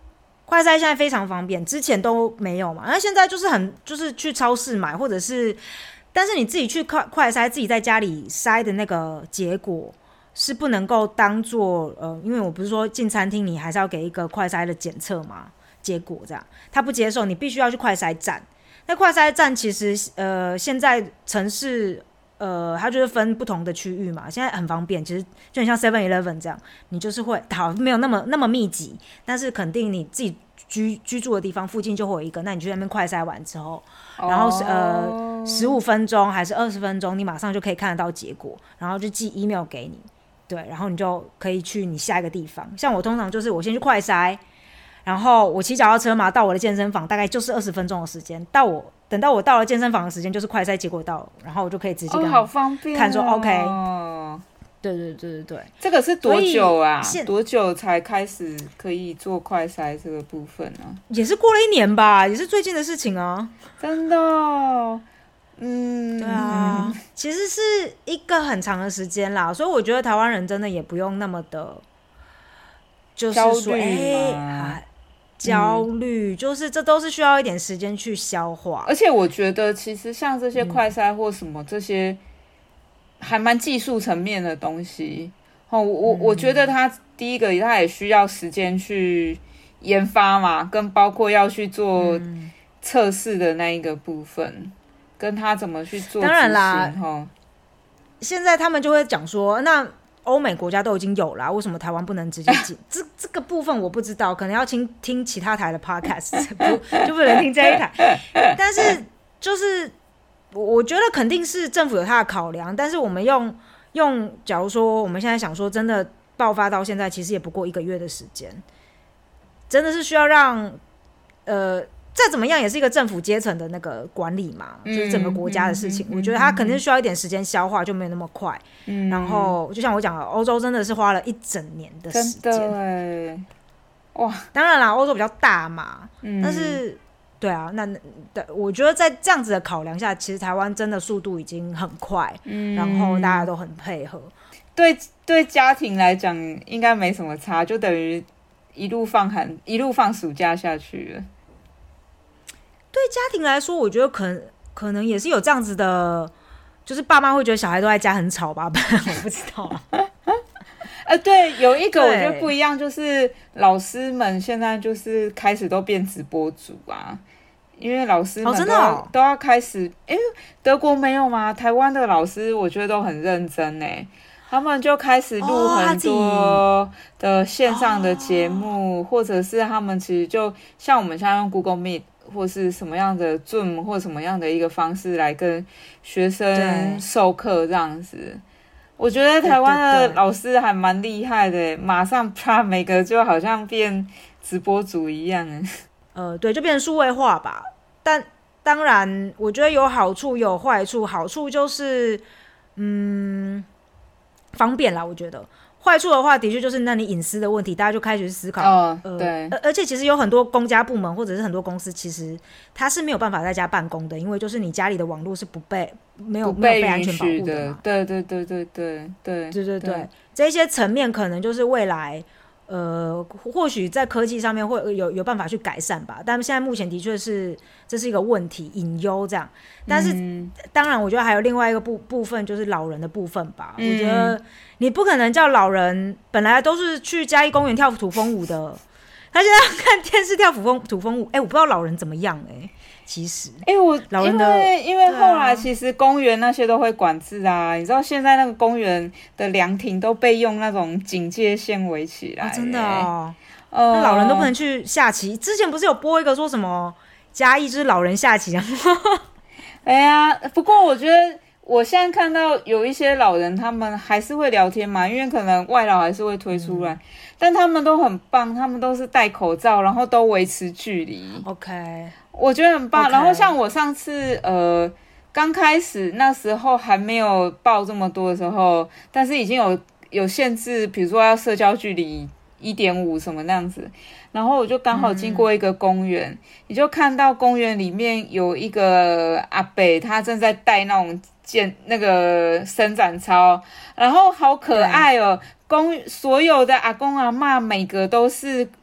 快筛现在非常方便，之前都没有嘛，那现在就是很就是去超市买，或者是，但是你自己去快快筛，自己在家里筛的那个结果是不能够当做呃，因为我不是说进餐厅你还是要给一个快筛的检测嘛，结果这样他不接受，你必须要去快筛站。那快筛站其实呃现在城市呃它就是分不同的区域嘛，现在很方便，其实就很像 seven eleven 这样，你就是会好没有那么那么密集，但是肯定你自己居居住的地方附近就会有一个，那你去那边快筛完之后，然后、oh. 呃十五分钟还是二十分钟，你马上就可以看得到结果，然后就寄 email 给你，对，然后你就可以去你下一个地方。像我通常就是我先去快筛。然后我骑脚踏车嘛，到我的健身房大概就是二十分钟的时间。到我等到我到了健身房的时间，就是快筛结果到了，然后我就可以直接跟他看说、 哦哦、 OK。对对对对对， 这个是多久啊？多久才开始可以做快筛这个部分呢、啊？ 也是过了一年吧，也是最近的事情啊。 真的、哦，嗯， 对啊，其实是一个很长的时间啦，所以我觉得台湾人真的也不用那么的，就是说，哎。焦虑、嗯、就是这都是需要一点时间去消化， 而且我觉得其实像这些快筛或什么、嗯、这些还蛮技术层面的东西、哦、我, 我觉得它第一个它也需要时间去研发嘛，跟包括要去做测试的那一个部分、嗯、跟它怎么去做。 当然啦、哦、现在他们就会讲说那欧美国家都已经有啦，为什么台湾不能直接进？这这个部分我不知道，可能要听听其他台的 podcast， 不就不能听这一台。但是就是我觉得肯定是政府有它的考量，但是我们用用，假如说我们现在想说真的爆发到现在，其实也不过一个月的时间，真的是需要让呃。再怎么样也是一个政府阶层的那个管理嘛，嗯、就是整个国家的事情、嗯嗯嗯、我觉得它肯定需要一点时间消化，就没有那么快、嗯、然后就像我讲的，欧洲真的是花了一整年的时间，真的哇！当然啦，欧洲比较大嘛、嗯、但是对啊，那我觉得在这样子的考量下，其实台湾真的速度已经很快、嗯、然后大家都很配合， 对对家庭来讲应该没什么差，就等于一路放寒一路放暑假下去了。 对家庭来说，我觉得可能可能也是有这样子的，就是爸妈会觉得小孩都在家很吵吧，我不知道啊。 呃，对，有一个我觉得不一样，就是老师们现在就是开始都变直播主啊，因为老师们都要、哦真的哦、都要开始，因为德国没有吗？台湾的老师我觉得都很认真耶，他们就开始录很多的线上的节目、哦，或者是他们其实就像我们现在用 Google Meet。或是什么样的 Zoom 或什么样的一个方式来跟学生授课这样子，我觉得台湾的老师还蛮厉害的，马上啪每个就好像变直播主一样。 呃，对，就变成数位化吧。但当然，我觉得有好处有坏处，好处就是嗯方便啦，我觉得。坏处的话，的确就是那你隐私的问题，大家就开始思考。 哦，呃、对。 而且其实有很多公家部门或者是很多公司，其实它是没有办法在家办公的，因为就是你家里的网络是不被没有不被没有被安全保护的嘛。 对对对对对对对对对，这些层面可能就是未来。呃，或许在科技上面会有有办法去改善吧，但现在目前的确是这是一个问题隐忧这样。但是、嗯、当然，我觉得还有另外一个部部分就是老人的部分吧、嗯。我觉得你不可能叫老人本来都是去嘉义公园跳土风舞的，他现在要看电视跳土风土风舞。哎、欸，我不知道老人怎么样哎、欸，其实哎、欸，我老人的因为因为后来其实公园那些都会管制啊，你知道现在那个公园的凉亭都被用那种警戒线围起来、欸哦， 真的哦。呃，那老人都不能去下棋。之前不是有播一个说什么嘉义就是老人下棋啊？ 哎呀，不过我觉得我现在看到有一些老人，他们还是会聊天嘛，因为可能外劳还是会推出来、嗯，但他们都很棒，他们都是戴口罩，然后都维持距离。 OK。 我觉得很棒， okay. 然后像我上次呃刚开始那时候还没有报这么多的时候，但是已经有有限制，比如说要社交距离 一点五 什么那样子，然后我就刚好经过一个公园、嗯、你就看到公园里面有一个阿伯，他正在带那种健那个伸展操，然后好可爱哦，公所有的阿公阿嬷每个都是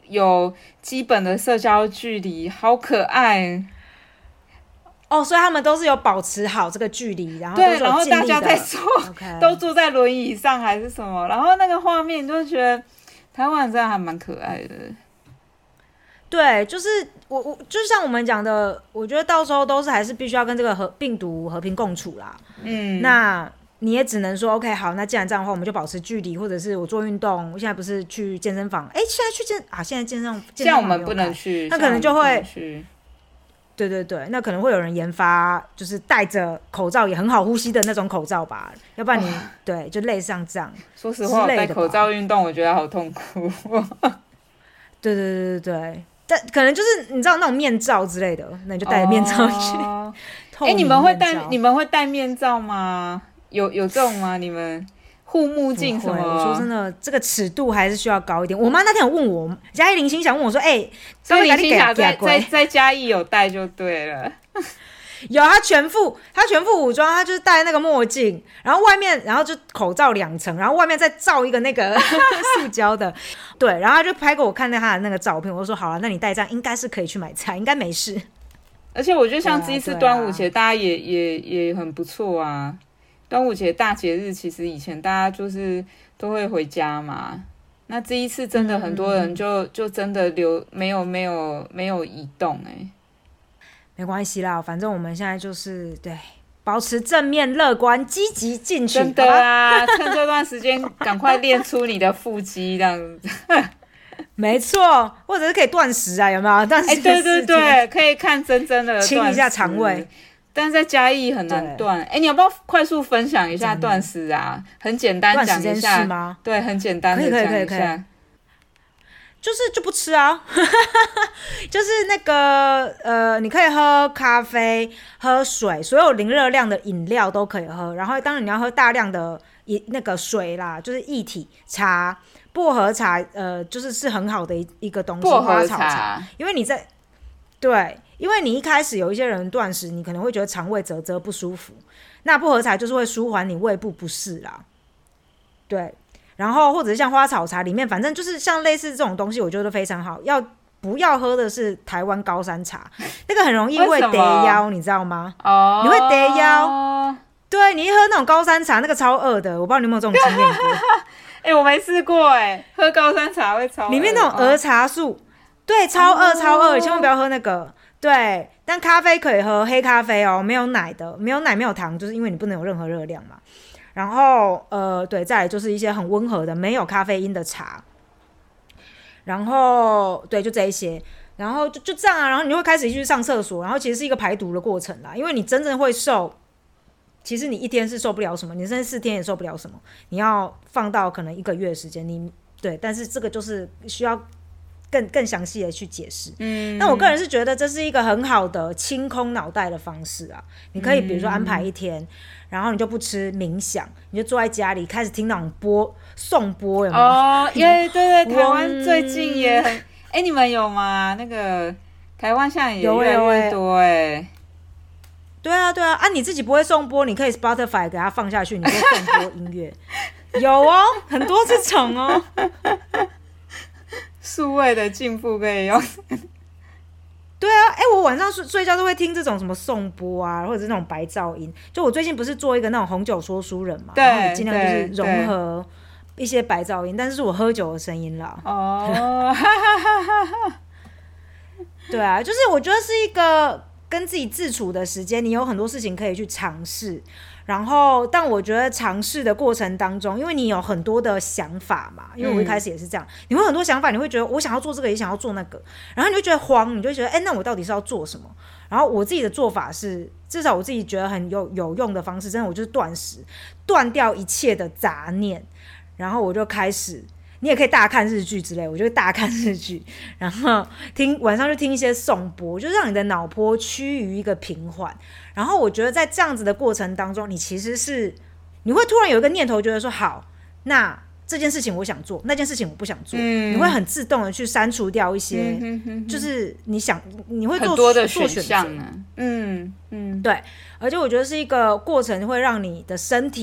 有基本的社交距离，好可爱哦。所以他们都是有保持好这个距离，然后对，然后大家在坐、 okay. 都坐在轮椅上还是什么，然后那个画面就觉得台湾人真的还蛮可爱的。 对，就是我我就像我们讲的，我觉得到时候都是还是必须要跟这个和病毒和平共处啦。嗯，那你也只能说 OK 好，那既然这样的话，我们就保持距离，或者是我做运动。我现在不是去健身房，哎，现在去健啊，现在健身房现在我们不能去， 那可能就会对对对，那可能会有人研发，就是戴着口罩也很好呼吸的那种口罩吧，要不然你、哦、对就类似像这样。 说实话，戴口罩运动我觉得好痛苦。 对对对对对。但可能就是你知道那种面罩之类的，那你就戴着面罩去。哎、 欸，你们会戴你们会戴面罩吗？有有这种吗？你们护目镜什么？ 我说真的，这个尺度还是需要高一点。我妈那天有问我，嘉义林心想问我说：“哎、欸， 所以林心想在在在嘉义有戴就对了。” 有，他全副他全副武装，他就是戴那个墨镜，然后外面然后就口罩两层，然后外面再罩一个那个塑胶的，对，然后他就拍给我看他的那个照片，我就说好了，那你戴这样应该是可以去买菜，应该没事。 而且我觉得像这一次端午节，大家也、啊、也也很不错啊。端午节大节日，其实以前大家就是都会回家嘛，那这一次真的很多人就、嗯、就真的留没有没有没有移动哎、欸。 没关系啦，反正我们现在就是对保持正面乐观积极进取。 真的啊，趁这段时间赶快练出你的腹肌这样子。 没错，或者是可以断食啊，有没有？断食、 欸、对对对，可以看真真的清一下肠胃。 但是在嘉义很难断。哎、欸，你要不要快速分享一下断食啊？很简单讲一下是吗？ 对，很简单的讲一下。可以可以可以可以。 就是就不吃啊，就是那个呃，你可以喝咖啡、喝水，所有零热量的饮料都可以喝。然后当然你要喝大量的那个水啦，就是液体茶、薄荷茶，呃，就是是很好的一一个东西。 薄荷茶，花草茶，因为你在对，因为你一开始有一些人断食，你可能会觉得肠胃啧啧不舒服，那薄荷茶就是会舒缓你胃部不适啦，对。然后或者是像花草茶里面，反正就是像类似这种东西，我觉得非常好。要不要喝的是台湾高山茶，那个很容易会得腰，你知道吗？哦，你会得腰。对，你一喝那种高山茶，那个超饿的，我不知道你有没有这种经验过。 哎、欸，我没试过哎、欸，喝高山茶会超饿。 里面那种儿茶素，哦、对，超饿超饿，千万不要喝那个。对，但咖啡可以喝，黑咖啡哦，没有奶的，没有奶没有糖，就是因为你不能有任何热量嘛。然后呃，对，再来就是一些很温和的没有咖啡因的茶，然后对，就这一些，然后就就这样啊，然后你就会开始去上厕所，然后其实是一个排毒的过程啦，因为你真正会瘦，其实你一天是受不了什么，你甚至四天也受不了什么，你要放到可能一个月的时间，你对，但是这个就是需要更更详细的去解释。嗯，那我个人是觉得这是一个很好的清空脑袋的方式啊，你可以比如说安排一天。嗯，然后你就不吃冥想，你就坐在家里开始听那种播颂播，有没有？ 哦，因为对对，台湾最近也很，哎、欸，你们有吗？那个台湾现在也越来越多哎、欸。 对啊对啊啊！你自己不会颂播，你可以 Spotify 给它放下去，你就颂播音乐。有哦，很多这种哦。 数位的进步可以用。 对啊，哎、欸，我晚上睡睡觉都会听这种什么颂播啊，或者是那种白噪音。就我最近不是做一个那种红酒说书人嘛，然后我尽量就是融合一些白噪音，但是是我喝酒的声音啦。哦，对啊，就是我觉得是一个跟自己自处的时间，你有很多事情可以去尝试。然后，但我觉得尝试的过程当中，因为你有很多的想法嘛，因为我一开始也是这样，嗯、你会很多想法，你会觉得我想要做这个，也想要做那个，然后你就觉得慌，你就觉得，哎，那我到底是要做什么？然后我自己的做法是，至少我自己觉得很有有用的方式，真的，我就是断食，断掉一切的杂念，然后我就开始。你也可以大看日剧之类，我就大看日剧，然后听晚上就听一些颂钵，就让你的脑波趋于一个平缓。然后我觉得在这样子的过程当中，你其实是你会突然有一个念头，觉得说好，那这件事情我想做，那件事情我不想做，嗯、你会很自动的去删除掉一些，嗯、哼哼哼就是你想你会做很多的选项呢，嗯嗯， 对，而且我觉得是一个过程，会让你的身体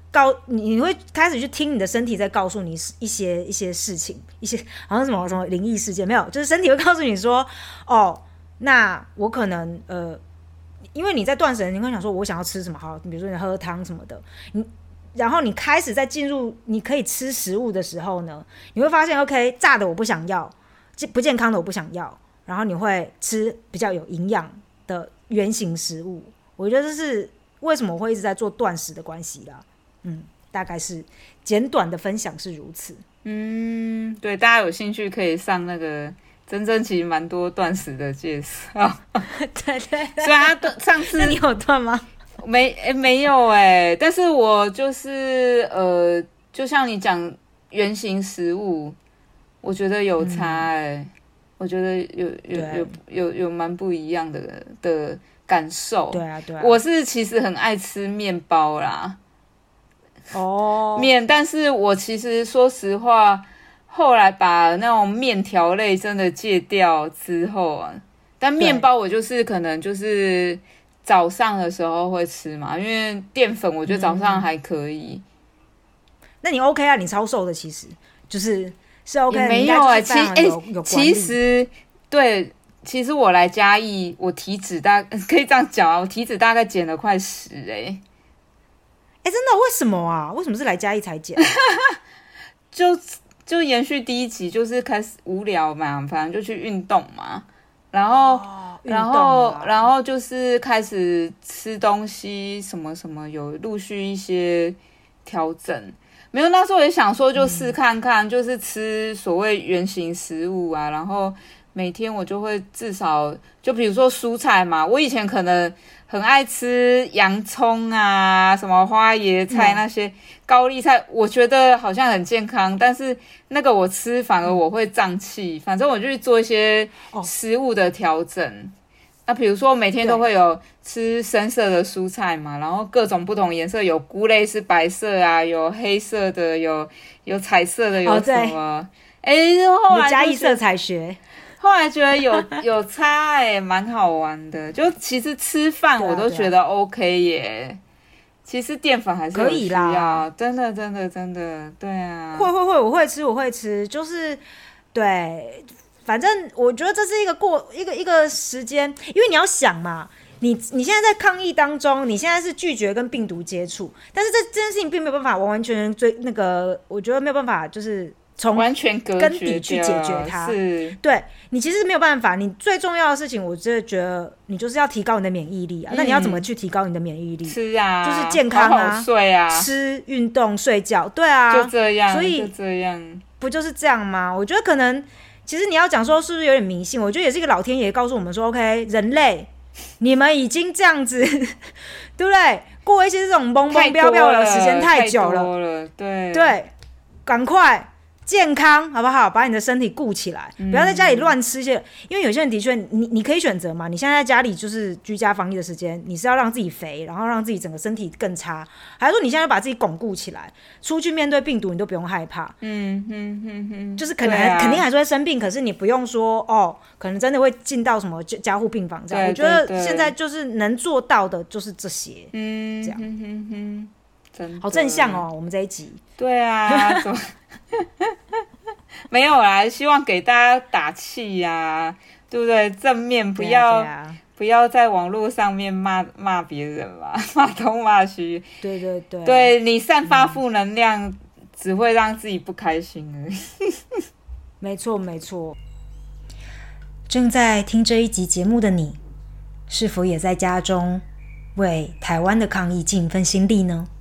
告你，你会开始去听你的身体在告诉你一些一些事情，一些好像什么什么灵异事件没有，就是身体会告诉你说，哦，那我可能呃，因为你在断食，你会想说我想要吃什么，好，比如说你喝汤什么的，你然后你开始在进入你可以吃食物的时候呢，你会发现 OK 炸的我不想要，不健康的我不想要，然后你会吃比较有营养的原型食物。我觉得这是为什么我会一直在做断食的关系啦。嗯，大概是简短的分享是如此。 嗯，对，大家有兴趣可以上那个真真其实蛮多断食的介绍。 对对对， 所以他上次那你有断吗？ 没、欸、没有哎、欸，但是我就是呃，就像你讲原型食物，我觉得有差哎、欸嗯，我觉得有有有有有蛮不一样的的感受。 对啊对啊， 我是其实很爱吃面包啦。 哦， 面，但是我其实说实话，后来把那种面条类真的戒掉之后啊，但面包我就是可能就是早上的时候会吃嘛，因为淀粉我觉得早上还可以。 嗯、那你 OK 啊？你超瘦的，其实就是是 OK， 没有哎、欸，其哎、欸， 其实对，其实我来嘉义，我体脂大可以这样讲啊，我体脂大概减了快十哎、欸。 哎、欸，真的？为什么啊？为什么是来嘉义才减？ 就就延续第一集，就是开始无聊嘛，反正就去运动嘛，然后、哦、然后然后就是开始吃东西，什么什么有陆续一些调整。没有，那时候也想说就试看看、嗯，就是吃所谓原型食物啊，然后每天我就会至少就比如说蔬菜嘛，我以前可能很爱吃洋葱啊，什么花椰菜那些、嗯、高丽菜，我觉得好像很健康，但是那个我吃反而我会胀气、嗯、反正我就去做一些食物的调整、哦、那比如说每天都会有吃深色的蔬菜嘛，然后各种不同颜色，有菇类是白色啊，有黑色的，有有彩色的，有什么哎、哦，后来嘉义色彩学， 后来觉得有有差哎、欸，蛮好玩的。就其实吃饭我都觉得 OK 耶、啊啊、其实淀粉还是有需要，可以啦，真的真的真的，对啊， 会会会，我会吃我会吃，就是对，反正我觉得这是一个过一个一个时间，因为你要想嘛，你你现在在抗疫当中，你现在是拒绝跟病毒接触，但是这这件事情并没有办法完完全全追那个，我觉得没有办法就是从完全根底去解决它， 是， 对你其实没有办法。你最重要的事情，我真的觉得你就是要提高你的免疫力啊。嗯、那你要怎么去提高你的免疫力？ 吃啊， 就是健康啊， 好好睡啊， 吃、运动、睡觉，对啊， 就这样， 所以就这样， 不就是这样吗？我觉得可能，其实你要讲说是不是有点迷信？我觉得也是一个老天爷告诉我们说 ，OK， 人类，你们已经这样子，对不对？过一些这种蹦蹦飙飙的时间太久了， 了对对，赶快。健康好不好？把你的身体顾起来，不要在家里乱吃些。因为有些人的确，你你可以选择嘛。你现在在家里就是居家防疫的时间，你是要让自己肥，然后让自己整个身体更差，还是说你现在要把自己巩固起来，出去面对病毒你都不用害怕？嗯嗯嗯嗯，就是可能、啊、肯定还是会生病，可是你不用说哦，可能真的会进到什么加护病房这样。我觉得现在就是能做到的就是这些，嗯，这样，嗯哼哼。好正向哦，我们这一集。 对啊，怎么没有啦？希望给大家打气呀、啊，对不对？正面，不要、啊啊、不要在网络上面骂骂别人嘛，骂东骂西。 对对对， 对你散发负能量、嗯，只会让自己不开心而已。 没错没错。正在听这一集节目的你，是否也在家中为台湾的抗疫尽一份心力呢？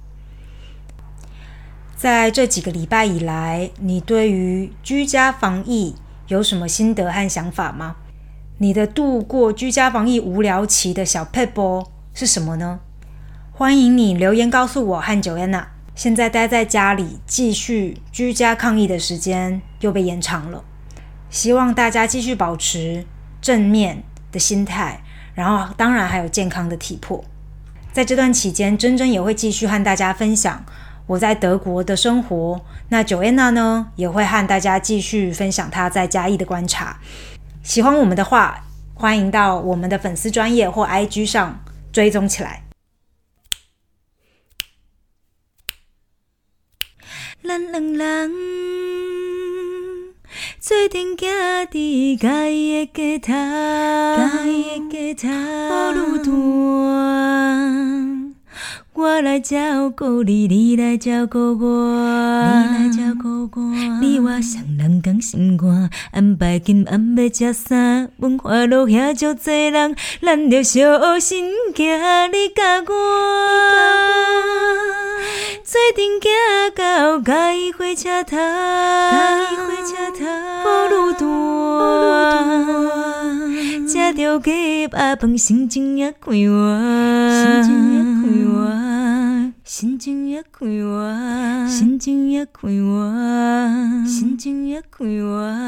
在这几个礼拜以来，你对于居家防疫有什么心得和想法吗？你的度过居家防疫无聊期的小撇步是什么呢？欢迎你留言告诉我和 Joanna。现在待在家里继续居家抗疫的时间又被延长了，希望大家继续保持正面的心态，然后当然还有健康的体魄。在这段期间，珍珍也会继续和大家分享我在德国的生活，那 Joanna 呢也会和大家继续分享她在嘉义的观察。喜欢我们的话，欢迎到我们的粉丝专页或 I G 上追踪起来。 咱两人做阵行伫家己的家头，家己的家头，雨断，我来照顾你，你来照顾我，你来照顾我，你我双人同心肝，安排今暗要食啥？文化路遐足侪人，咱着小心行，你甲我。做阵行到嘉义火车头，嘉义火车头，雨愈大，食着鸡肉饭，心情也快活，心情也快活，心情也快活，心情也快活，心情也快活。